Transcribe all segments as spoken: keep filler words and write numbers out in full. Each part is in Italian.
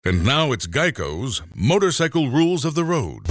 And now it's Geico's Motorcycle Rules of the Road.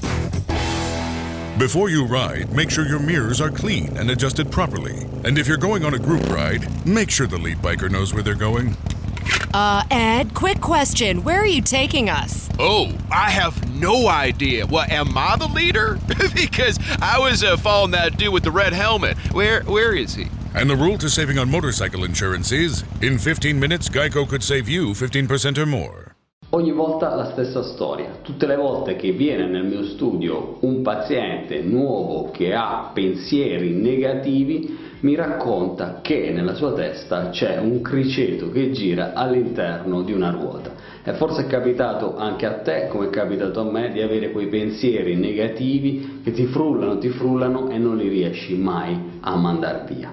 Before you ride, make sure your mirrors are clean and adjusted properly. And if you're going on a group ride, make sure the lead biker knows where they're going. Uh, Ed, quick question. Where are you taking us? Oh, I have no idea. What, am I the leader? Because I was uh, following that dude with the red helmet. Where, where is he? And the rule to saving on motorcycle insurance is, in fifteen minutes, Geico could save you fifteen percent or more. Ogni volta la stessa storia. Tutte le volte che viene nel mio studio un paziente nuovo che ha pensieri negativi, mi racconta che nella sua testa c'è un criceto che gira all'interno di una ruota. E forse è capitato anche a te, come è capitato a me, di avere quei pensieri negativi che ti frullano, ti frullano e non li riesci mai a mandar via.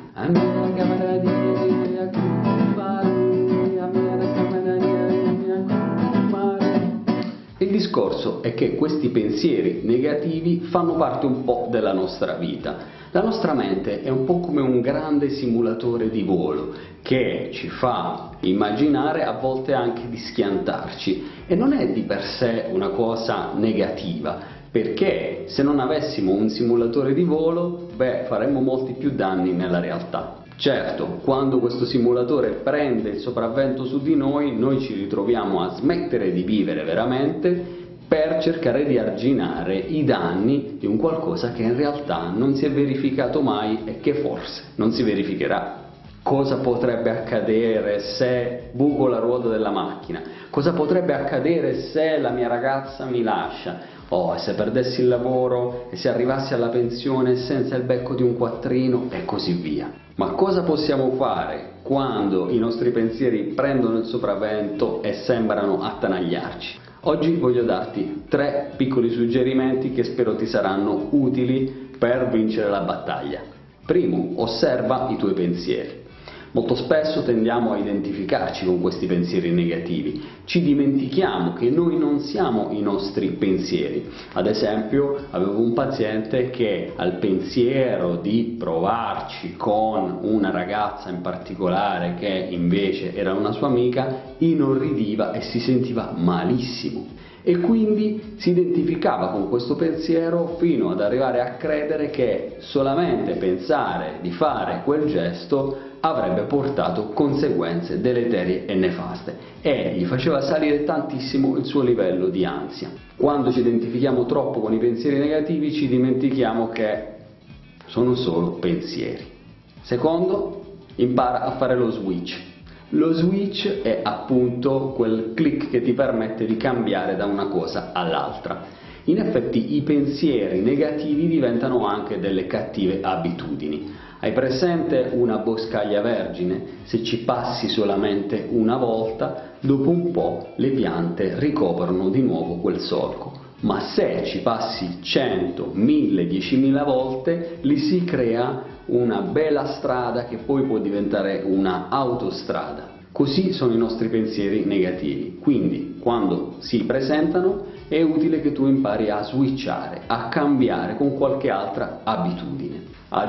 Il discorso è che questi pensieri negativi fanno parte un po' della nostra vita. La nostra mente è un po' come un grande simulatore di volo che ci fa immaginare a volte anche di schiantarci, e non è di per sé una cosa negativa, perché se non avessimo un simulatore di volo, beh, faremmo molti più danni nella realtà. Certo, quando questo simulatore prende il sopravvento su di noi, noi ci ritroviamo a smettere di vivere veramente per cercare di arginare i danni di un qualcosa che in realtà non si è verificato mai e che forse non si verificherà. Cosa potrebbe accadere se buco la ruota della macchina? Cosa potrebbe accadere se la mia ragazza mi lascia? Oh, se perdessi il lavoro e se arrivassi alla pensione senza il becco di un quattrino e così via. Ma cosa possiamo fare quando i nostri pensieri prendono il sopravvento e sembrano attanagliarci? Oggi voglio darti tre piccoli suggerimenti che spero ti saranno utili per vincere la battaglia. Primo, osserva i tuoi pensieri. Molto spesso tendiamo a identificarci con questi pensieri negativi, ci dimentichiamo che noi non siamo i nostri pensieri. Ad esempio, avevo un paziente che al pensiero di provarci con una ragazza in particolare che invece era una sua amica, inorridiva e si sentiva malissimo. E quindi si identificava con questo pensiero fino ad arrivare a credere che solamente pensare di fare quel gesto avrebbe portato conseguenze deleterie e nefaste, e gli faceva salire tantissimo il suo livello di ansia. Quando ci identifichiamo troppo con i pensieri negativi ci dimentichiamo che sono solo pensieri. Secondo, impara a fare lo switch. Lo switch è appunto quel click che ti permette di cambiare da una cosa all'altra. In effetti i pensieri negativi diventano anche delle cattive abitudini. Hai presente una boscaglia vergine? Se ci passi solamente una volta, dopo un po' le piante ricoprono di nuovo quel solco. Ma se ci passi cento, mille, diecimila volte, lì si crea una bella strada che poi può diventare una autostrada. Così sono i nostri pensieri negativi, quindi quando si presentano è utile che tu impari a switchare, a cambiare con qualche altra abitudine. Ad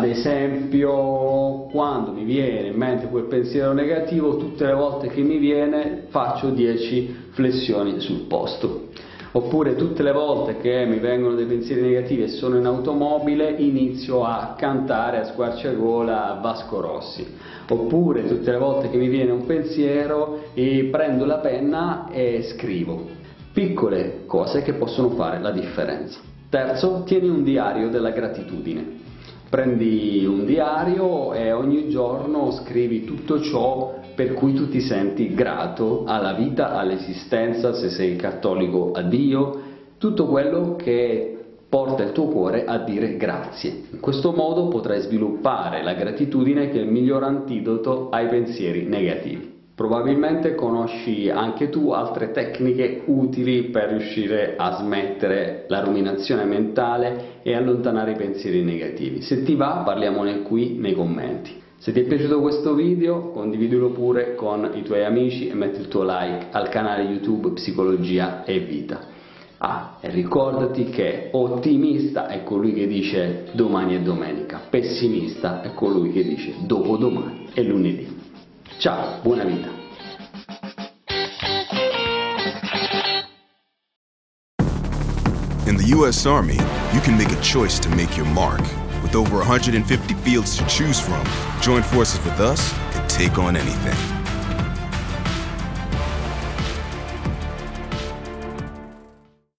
esempio, quando mi viene in mente quel pensiero negativo, tutte le volte che mi viene faccio dieci flessioni sul posto. Oppure tutte le volte che mi vengono dei pensieri negativi e sono in automobile inizio a cantare a squarciagola Vasco Rossi. Oppure tutte le volte che mi viene un pensiero e prendo la penna e scrivo. Piccole cose che possono fare la differenza. Terzo, tieni un diario della gratitudine. Prendi un diario e ogni giorno scrivi tutto ciò per cui tu ti senti grato alla vita, all'esistenza, se sei cattolico a Dio, tutto quello che porta il tuo cuore a dire grazie. In questo modo potrai sviluppare la gratitudine, che è il miglior antidoto ai pensieri negativi. Probabilmente conosci anche tu altre tecniche utili per riuscire a smettere la ruminazione mentale e allontanare i pensieri negativi. Se ti va, parliamone qui nei commenti. Se ti è piaciuto questo video, condividilo pure con i tuoi amici e metti il tuo like al canale YouTube Psicologia e Vita. Ah, e ricordati che ottimista è colui che dice domani è domenica, pessimista è colui che dice dopodomani è lunedì. Ciao, buona vita! U S Army, you can make a choice to make your mark. With over one hundred fifty fields to choose from, join forces with us and take on anything.